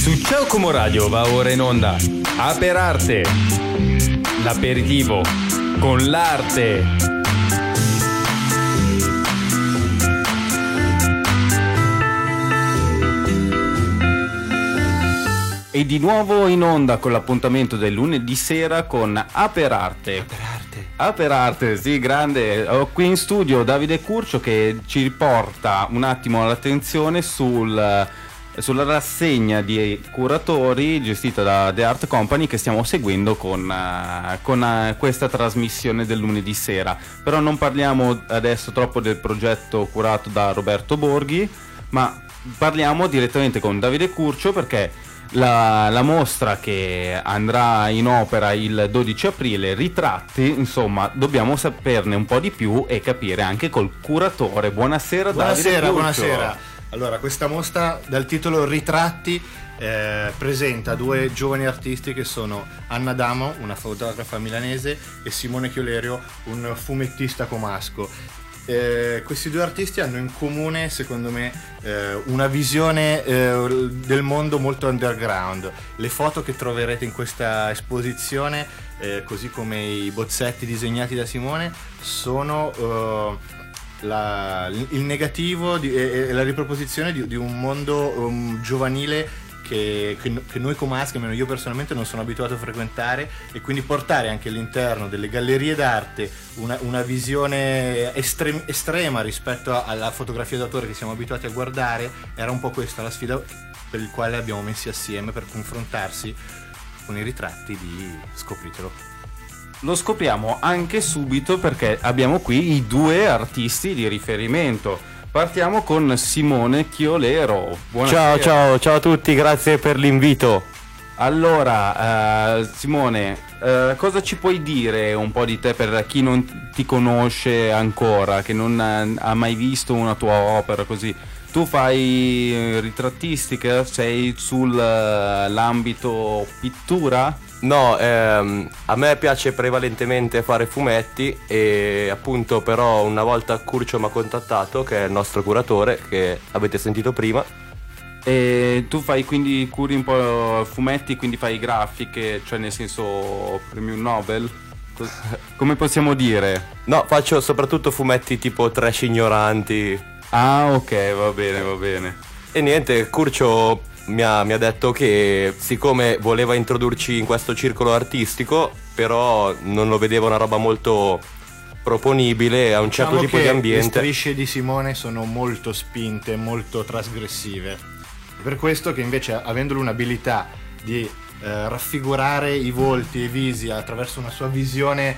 Su Ciao Como Radio va ora in onda Aperarte, l'aperitivo con l'arte. E di nuovo in onda con l'appuntamento del lunedì sera con Aperarte. Aperarte, sì, grande. Ho qui in studio Davide Curcio che ci riporta un attimo l'attenzione sulla rassegna di curatori gestita da The Art Company che stiamo seguendo con questa trasmissione del lunedì sera. Però non parliamo adesso troppo del progetto curato da Roberto Borghi, ma parliamo direttamente con Davide Curcio perché la mostra che andrà in opera il 12 aprile, Ritratti, insomma, dobbiamo saperne un po' di più e capire anche col curatore. Buonasera Davide Curcio. Buonasera. Allora, questa mostra dal titolo Ritratti presenta due giovani artisti che sono Anna Damo, una fotografa milanese, e Simone Chiolerio, un fumettista comasco. Questi due artisti hanno in comune, secondo me, una visione del mondo molto underground. Le foto che troverete in questa esposizione, così come i bozzetti disegnati da Simone, sono il negativo e la riproposizione di un mondo giovanile che noi comaschi, almeno io personalmente, non sono abituato a frequentare, e quindi portare anche all'interno delle gallerie d'arte una visione estrema rispetto alla fotografia d'autore che siamo abituati a guardare. Era un po' questa la sfida per il quale abbiamo messi assieme per confrontarsi con i ritratti di Scopritelo. Lo scopriamo anche subito perché abbiamo qui i due artisti di riferimento. Partiamo con Simone Chiolero. Buonasera. Ciao a tutti, grazie per l'invito. Allora, Simone, cosa ci puoi dire un po' di te per chi non ti conosce ancora, che non ha mai visto una tua opera così? Tu fai ritrattistica? Sei sull'ambito pittura? No, a me piace prevalentemente fare fumetti, e appunto però una volta Curcio mi ha contattato, che è il nostro curatore che avete sentito prima. E tu curi un po' fumetti, quindi fai grafiche, cioè nel senso premium Nobel? Come possiamo dire? No, faccio soprattutto fumetti tipo trash ignoranti. Ah, ok, va bene. E niente, Curcio mi ha detto che siccome voleva introdurci in questo circolo artistico, però non lo vedeva una roba molto proponibile a un certo tipo di ambiente. Le strisce di Simone sono molto spinte, molto trasgressive. Per questo che invece, avendo un'abilità di raffigurare i volti e i visi attraverso una sua visione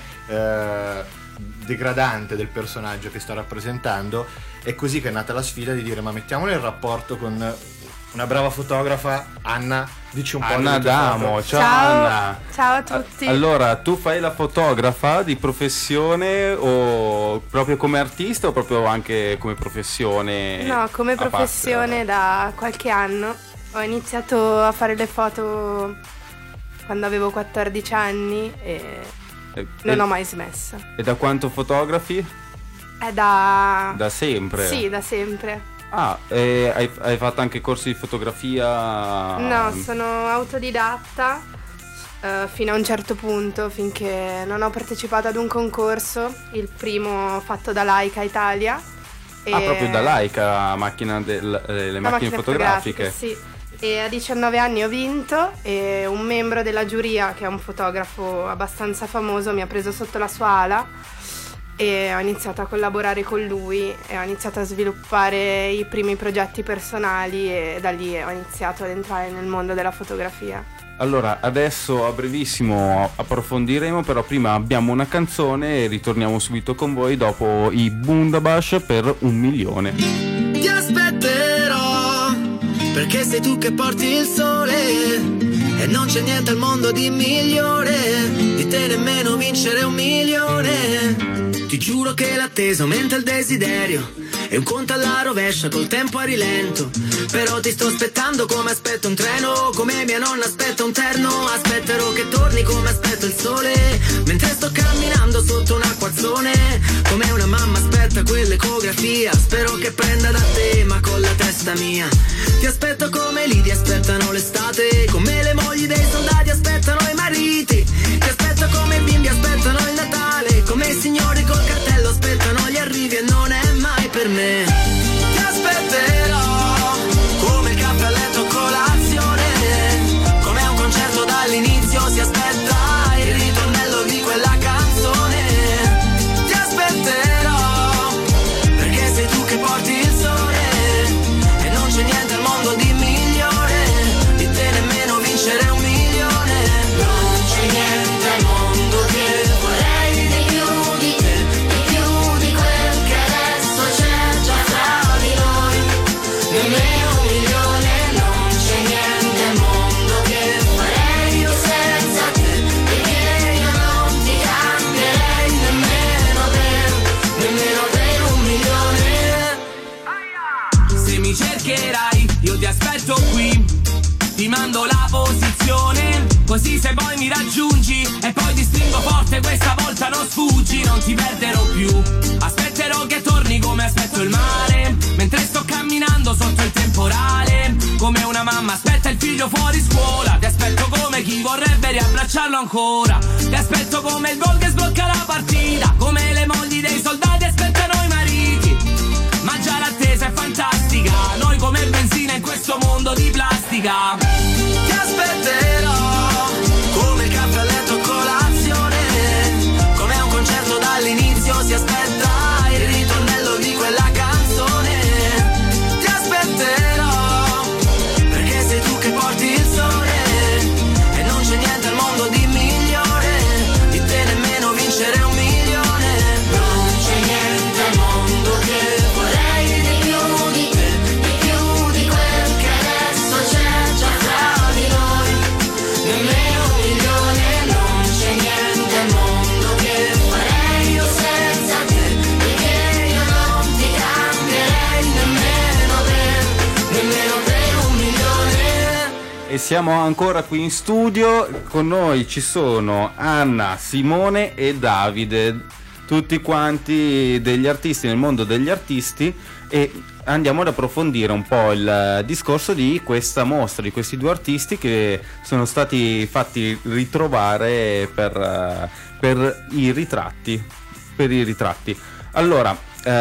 degradante del personaggio che sta rappresentando, è così che è nata la sfida di dire: ma mettiamolo in rapporto con una brava fotografa. Anna, dici un po' Anna Damo. Ciao Anna. Ciao a tutti. Allora, tu fai la fotografa di professione o proprio come artista o proprio anche come professione? No, come professione da qualche anno. Ho iniziato a fare le foto quando avevo 14 anni e non ho mai smesso. E da quanto fotografi? È da sempre? Sì, da sempre. Ah, e hai fatto anche corsi di fotografia? No, sono autodidatta fino a un certo punto, finché non ho partecipato ad un concorso, il primo fatto da Leica Italia. Proprio da Leica, le macchine fotografiche? Sì. E a 19 anni ho vinto, e un membro della giuria, che è un fotografo abbastanza famoso, mi ha preso sotto la sua ala e ho iniziato a collaborare con lui e ho iniziato a sviluppare i primi progetti personali, e da lì ho iniziato ad entrare nel mondo della fotografia. Allora, adesso a brevissimo approfondiremo, però prima abbiamo una canzone e ritorniamo subito con voi dopo i Bundabash per 1 milione. Ti aspetterò perché sei tu che porti il sole e non c'è niente al mondo di migliore di te, nemmeno vincere 1 milione. Ti giuro che l'attesa aumenta il desiderio, è un conto alla rovescia col tempo a rilento. Però ti sto aspettando come aspetto un treno, come mia nonna aspetta un terno. Aspetterò che torni come aspetto il sole, mentre sto camminando sotto un acquazzone, come una mamma aspetta quell'ecografia. Spero che prenda da te, ma con la testa testa mia. Ti aspetto come lì ti aspettano l'estate, come le mogli dei soldati aspettano i mariti. Ti aspetto come i bimbi aspettano il Natale, come i signori col cartello aspettano gli arrivi e non è mai per me. Ti aspetterò come il caffè a letto colazione, come un concerto dall'inizio si aspetta il ritornello di quella canzone. Ti aspetterò perché sei tu che porti il sole e non c'è niente al mondo di migliore di te, nemmeno vincere 1 milione. Non c'è niente al mondo che vorrei di più di te, di più di quel che adesso c'è già fra di noi, nemmeno 1 milione. Non c'è niente al mondo che farei io senza te, perché io non ti cambierei nemmeno per 1 milione. Se mi cercherai, io ti aspetto qui, ti mando la posizione, così se poi mi raggiungi e poi ti stringo forte, questa volta non sfuggi, non ti perderò più. Aspetterò che torni come aspetto il mare, mentre sto camminando sotto il temporale, come una mamma aspetta il figlio fuori scuola. Ti aspetto come chi vorrebbe riabbracciarlo ancora, ti aspetto come il gol che sblocca la partita, come le mogli dei soldati aspettano i mariti. Ma già l'attesa è fantastica, noi come benzina in questo mondo di plastica. Ti aspetterò come il caffè a letto colazione, come un concerto dall'inizio si aspetta il ritornello di quella canzone. Ti aspetterò perché sei tu che porti il sole e non c'è niente al mondo di migliore di te, nemmeno vincere 1 milione. Non c'è niente al mondo che vorrei di più di te, di più di quel che adesso c'è già fra di noi, nemmeno 1 milione. Non c'è niente al mondo che farei io senza te, perché io non ti cambierei nemmeno per 1 milione. E siamo ancora qui in studio, con noi ci sono Anna, Simone e Davide, tutti quanti degli artisti nel mondo degli artisti, e andiamo ad approfondire un po' il discorso di questa mostra, di questi 2 artisti che sono stati fatti ritrovare per i ritratti. Allora,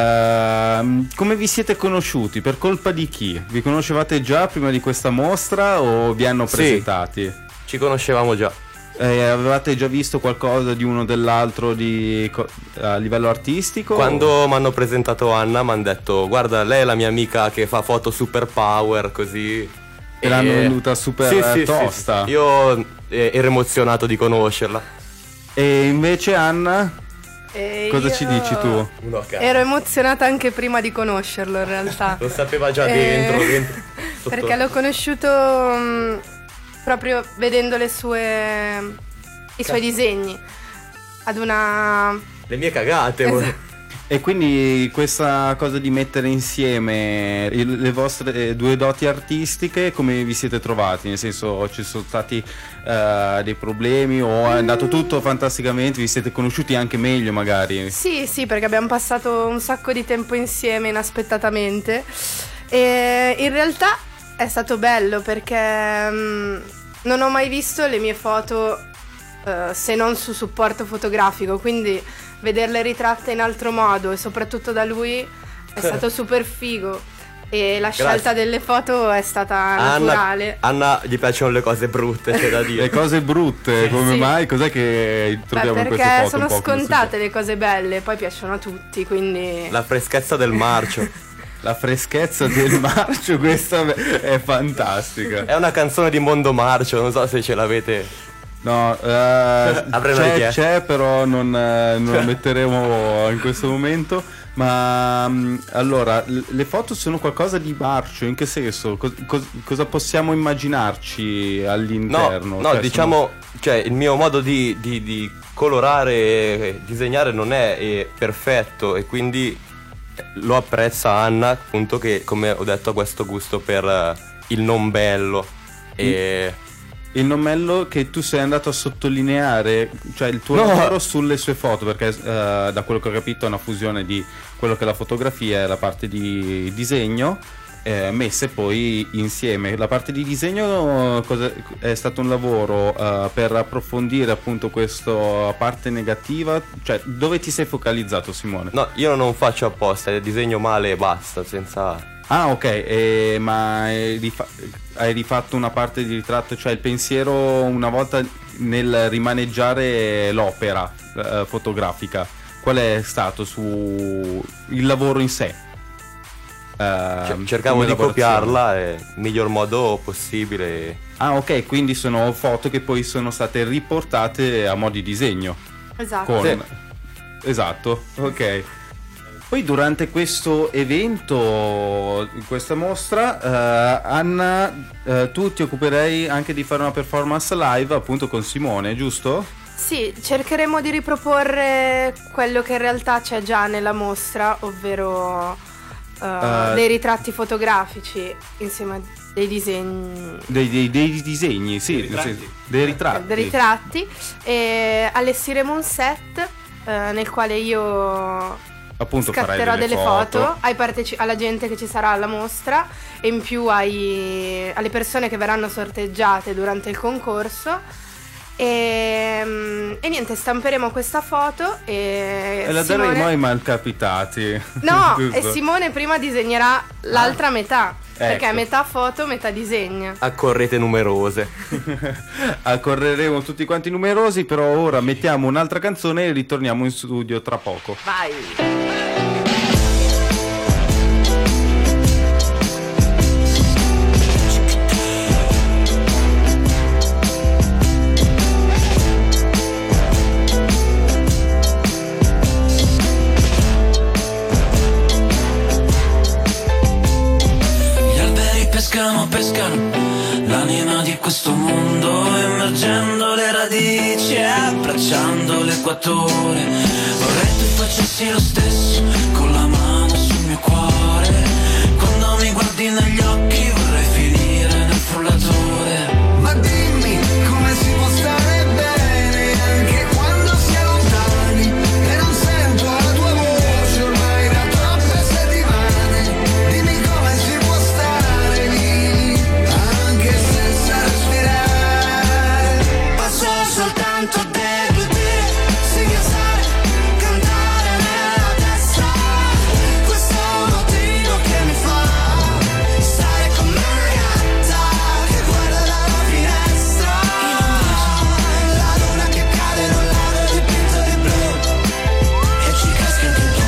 come vi siete conosciuti? Per colpa di chi? Vi conoscevate già prima di questa mostra o vi hanno Sì. presentati? Ci conoscevamo già. Avevate già visto qualcosa di uno dell'altro a livello artistico? Quando mi hanno presentato Anna mi hanno detto guarda, lei è la mia amica che fa foto super power così. E l'hanno venuta super tosta. Sì. Io ero emozionato di conoscerla. E invece Anna? E Cosa io ci dici tu? Ero emozionata anche prima di conoscerlo in realtà. Lo sapeva già dentro. Sotto. Perché l'ho conosciuto proprio vedendo i suoi disegni ad una... Le mie cagate. E quindi questa cosa di mettere insieme le vostre 2 doti artistiche, come vi siete trovati? Nel senso, ci sono stati dei problemi o è andato tutto fantasticamente? Vi siete conosciuti anche meglio magari? Sì, perché abbiamo passato un sacco di tempo insieme inaspettatamente e in realtà è stato bello perché non ho mai visto le mie foto se non su supporto fotografico, quindi vederle ritratte in altro modo e soprattutto da lui è stato super figo e la scelta delle foto è stata naturale. Anna gli piacciono le cose brutte, c'è da dire. Le cose brutte, come Sì. mai? Cos'è che troviamo in queste perché foto? sono un po' scontate le cose belle, poi piacciono a tutti, quindi... La freschezza del marcio. La freschezza del marcio, questa è fantastica. È una canzone di Mondo Marcio, non so se ce l'avete. No, Avrei c'è, però non la metteremo in questo momento. Ma allora, le foto sono qualcosa di marcio, in che senso? Cosa possiamo immaginarci all'interno? No, diciamo, cioè il mio modo di colorare e disegnare non è perfetto e quindi lo apprezza Anna, appunto, che come ho detto ha questo gusto per il non bello e... Il nomello che tu sei andato a sottolineare, cioè il tuo lavoro sulle sue foto, perché da quello che ho capito è una fusione di quello che è la fotografia e la parte di disegno, messe poi insieme. La parte di disegno è stato un lavoro per approfondire appunto questa parte negativa, cioè dove ti sei focalizzato, Simone? No, io non faccio apposta, disegno male e basta, senza... Ah, ok, ma hai rifatto una parte di ritratto, cioè il pensiero una volta nel rimaneggiare l'opera fotografica, qual è stato su il lavoro in sé? Cercavo di copiarla nel miglior modo possibile. Ah, ok, quindi sono foto che poi sono state riportate a mo' di disegno. Esatto. Sì. Esatto, ok. Poi durante questo evento, in questa mostra, Anna, tu ti occuperei anche di fare una performance live appunto con Simone, giusto? Sì, cercheremo di riproporre quello che in realtà c'è già nella mostra, ovvero dei ritratti fotografici insieme a dei disegni. Dei disegni, sì, dei ritratti. Dei ritratti, e allestiremo un set nel quale io appunto scatterò delle foto alla gente che ci sarà alla mostra e in più alle persone che verranno sorteggiate durante il concorso. E niente, stamperemo questa foto e la Simone... daremo ai malcapitati. No, Giusto? e Simone prima disegnerà l'altra metà, perché ecco. è metà foto, metà disegno. Accorrete numerose. Accorreremo tutti quanti numerosi, però ora mettiamo un'altra canzone e ritorniamo in studio tra poco. Vai! Pescano l'anima di questo mondo, immergendo le radici e abbracciando l'equatore. Vorrei tu facessi lo stesso, con la mano sul mio cuore. Quando mi guardi negli occhi vorrei finire nel frullatore. Ma dimmi come si può stare bene anche quando si è lontani e non sento la tua voce ormai da troppe settimane. Dimmi come si può stare vivi anche senza respirare. Passo soltanto a deglutire, singhiazzare, cantare nella testa. Questo motivo che mi fa stare con una ragazza che guarda dalla finestra. La luna che cade in un lago dipinto di blu e ci caschi anche tu.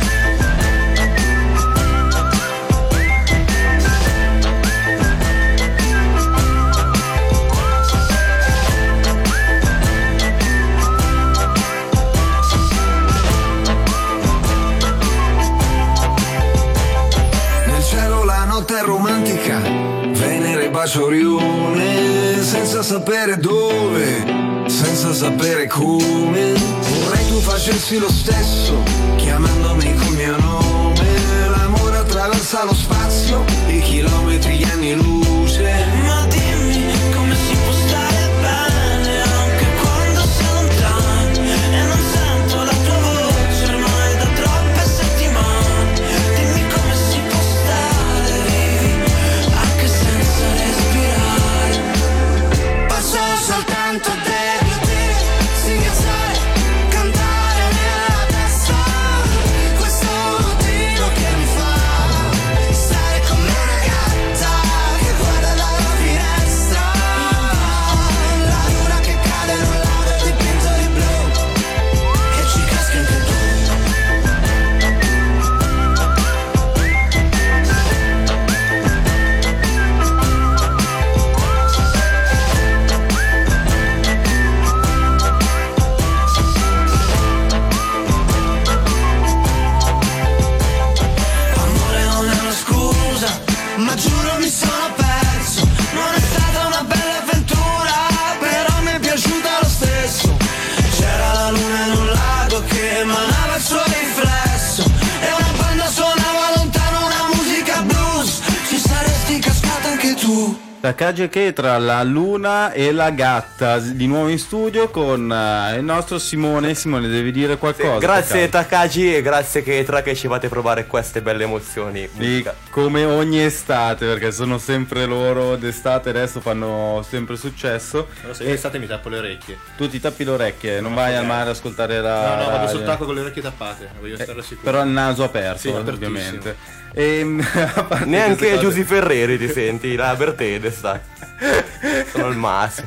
Nel cielo la notte è romantica, Venere bacia Orione, senza sapere dove, senza sapere come. Vorrei tu facessi lo stesso, chiamandomi col mio nome. L'amore attraversa lo spazio, i chilometri, gli anni luce. Ma dimmi come si può stare bene anche quando si è lontani e non sento la tua voce ormai da troppe settimane. Dimmi come si può stare vivi anche senza respirare. Passo soltanto a deglutire, singhiazzare, cantare nella testa. Questo motivo che mi fa stare con una ragazza che guarda dalla finestra. La luna che cade in un lago dipinto di blu e ci caschi anche tu. Amore non è una scusa, ma giuro mi sono perso. Non è stata una bella avventura, però mi è piaciuta lo stesso. C'era la luna in un lago che emanava il suo riflesso e una banda suonava lontano una musica blues. Ci saresti cascata anche tu. Takagi e Ketra, la luna e la gatta, di nuovo in studio con il nostro Simone. Simone, devi dire qualcosa? Grazie Takagi e grazie Ketra che ci fate provare queste belle emozioni. Sì, come ogni estate, perché sono sempre loro d'estate, adesso fanno sempre successo. Allora, se io d'estate mi tappo le orecchie. Tu ti tappi le orecchie, non vai al mare ad ascoltare la No, vado radio. sott'acqua con le orecchie tappate, voglio stare sicuro. Però il naso aperto, Sì, ovviamente. A parte Neanche queste cose- Giusy Ferreri ti senti, la Mercedes, sai. Sono il massimo.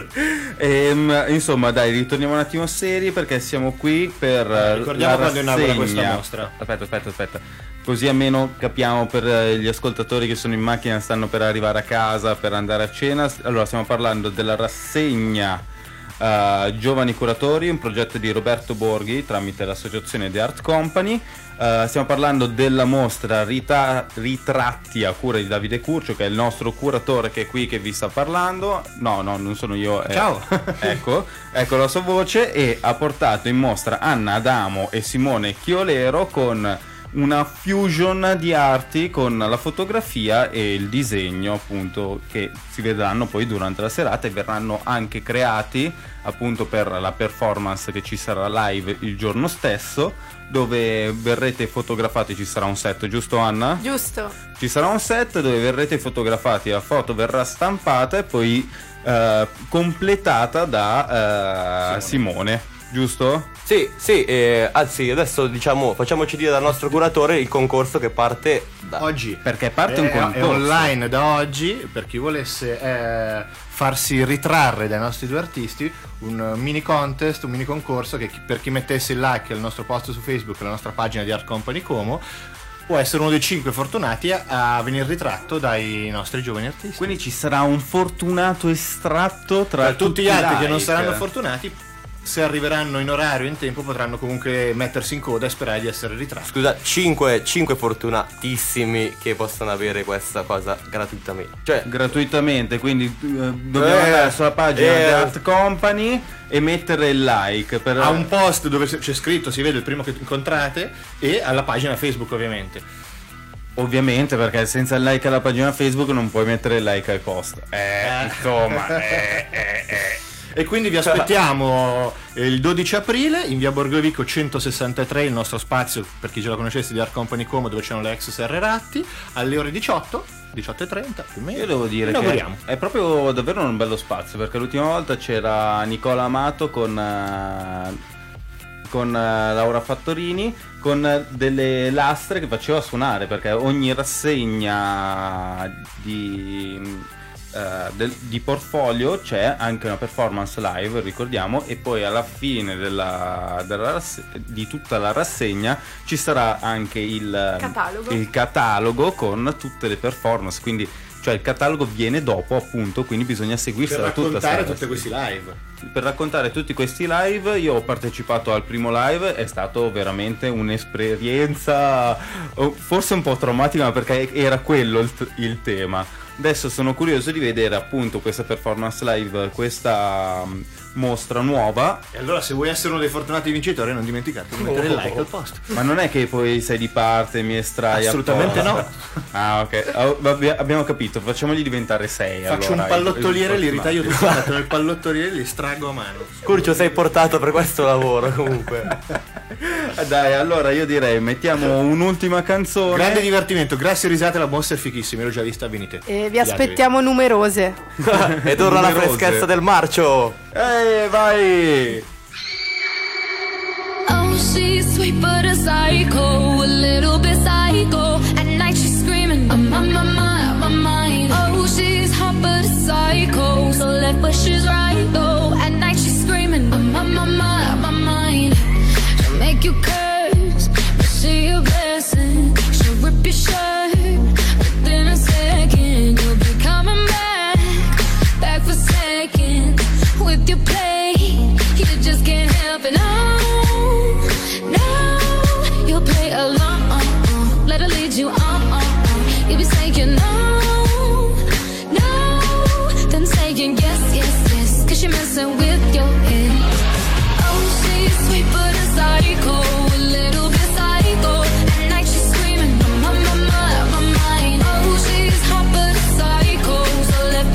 Insomma, dai, ritorniamo un attimo seri perché siamo qui per ricordiamo la quando inaugura rassegna. questa mostra. Aspetta. Così almeno capiamo per gli ascoltatori che sono in macchina, stanno per arrivare a casa, per andare a cena. Allora, stiamo parlando della rassegna Giovani Curatori, un progetto di Roberto Borghi tramite l'associazione The Art Company. Stiamo parlando della mostra Ritratti a cura di Davide Curcio, che è il nostro curatore che è qui, che vi sta parlando. No, non sono io. Ciao. Ecco la sua voce, e ha portato in mostra Anna Adamo e Simone Chiolero con una fusion di arti con la fotografia e il disegno, appunto, che si vedranno poi durante la serata e verranno anche creati appunto per la performance che ci sarà live il giorno stesso, dove verrete fotografati. Ci sarà un set, giusto Anna? Giusto. Ci sarà un set dove verrete fotografati, la foto verrà stampata e poi completata da Simone, giusto? Sì, anzi adesso diciamo facciamoci dire dal nostro curatore il concorso che parte da Oggi. Perché parte un concorso. È online da oggi, per chi volesse farsi ritrarre dai nostri due artisti, un mini contest, un mini concorso che per chi mettesse il like al nostro post su Facebook, alla nostra pagina di Art Company Como, può essere uno dei 5 fortunati a venire ritratto dai nostri giovani artisti. Quindi ci sarà un fortunato estratto tra Per tutti gli altri che non like. saranno fortunati, se arriveranno in orario e in tempo, potranno comunque mettersi in coda e sperare di essere ritratti. Scusa, 5 fortunatissimi che possono avere questa cosa gratuitamente. Cioè, gratuitamente, quindi dobbiamo andare sulla pagina di Art Company e mettere il like per... Ha un post dove c'è scritto, si vede il primo che incontrate, e alla pagina Facebook Ovviamente, perché senza il like alla pagina Facebook non puoi mettere il like ai post. Insomma, E quindi vi aspettiamo il 12 aprile in via Borgovico 163, il nostro spazio, per chi già la conoscesse, di Art Company Como, dove c'erano le ex Serre Ratti, alle ore 18:30 più o meno. io devo dire che è proprio davvero un bello spazio, perché l'ultima volta c'era Nicola Amato con Laura Fattorini, con delle lastre che faceva suonare, perché ogni rassegna di portfolio c'è anche una performance live, ricordiamo, e poi alla fine di tutta la rassegna ci sarà anche il catalogo con tutte le performance, quindi cioè il catalogo viene dopo, appunto, quindi bisogna seguirsela tutta. Per raccontare tutti questi live. Per raccontare tutti questi live, io ho partecipato al primo live, è stato veramente un'esperienza forse un po' traumatica, perché era quello il tema. Adesso sono curioso di vedere appunto questa performance live, questa mostra nuova. E allora, se vuoi essere uno dei fortunati vincitori, non dimenticarti di mettere il like al post. Ma non è che poi sei di parte e mi estrai? Assolutamente no. Ah, ok, abbiamo capito, facciamogli diventare 6. Faccio allora, un pallottoliere, li ritaglio tutti, metto nel pallottoliere e li estraggo a mano. Curcio, sei portato per questo lavoro comunque. Dai, allora io direi mettiamo un'ultima canzone. Grande divertimento, grazie risate, la mostra è fichissima, l'ho già vista, venite. E vi aspettiamo numerose. Ed ora la freschezza del marcio. Vai! Oh, she's sweet but a psycho, a little bit psycho. At night she's screaming, I'm on my mind. Oh, she's hot but a psycho, so left but she's right though. At night she's screaming, I'm on my mind. She'll make you curse, but see a blessing. She'll rip your shirt, within a second you'll be coming back for seconds with your play. You just can't help it, no, you'll play along, let her lead you on, you'll be saying no, then saying yes, cause you're messing with your head. Oh, she's sweet but a psycho, a little bit psycho. At night she's screaming, I'm on my mind. Oh, she's hot but a psycho, so left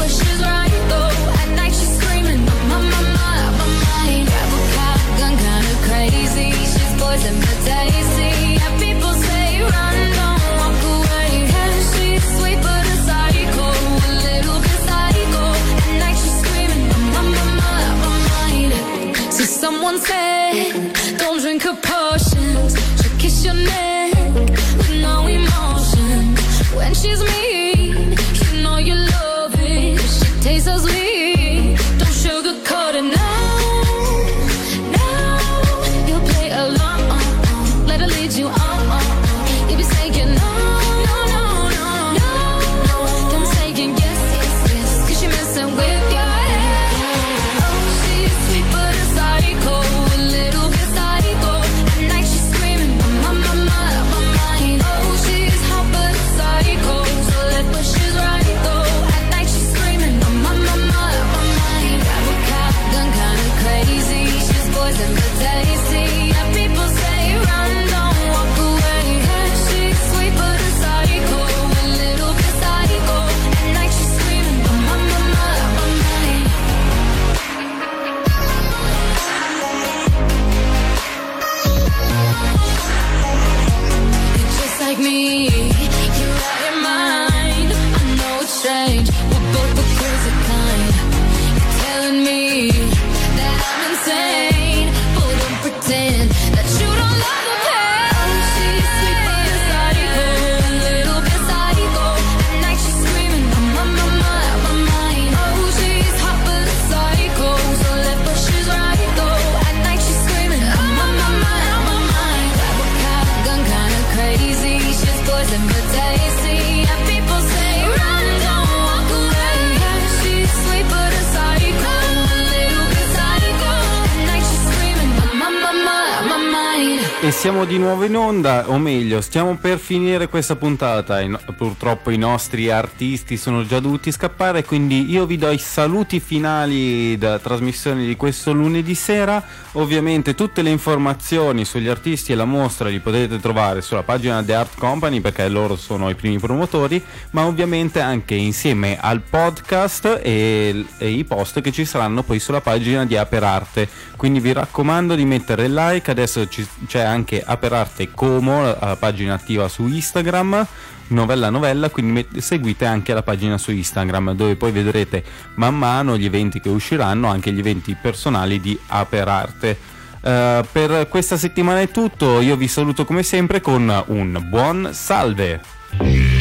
siamo di nuovo in onda, o meglio, stiamo per finire questa puntata. Purtroppo i nostri artisti sono già dovuti scappare, quindi io vi do i saluti finali da trasmissione di questo lunedì sera. Ovviamente tutte le informazioni sugli artisti e la mostra li potete trovare sulla pagina The Art Company, perché loro sono i primi promotori, ma ovviamente anche insieme al podcast e i post che ci saranno poi sulla pagina di Aperarte. Quindi vi raccomando di mettere like. Adesso c'è anche Aperarte Como, la pagina attiva su Instagram, novella, quindi seguite anche la pagina su Instagram, dove poi vedrete man mano gli eventi che usciranno, anche gli eventi personali di Aperarte. Per questa settimana è tutto, io vi saluto come sempre con un buon salve.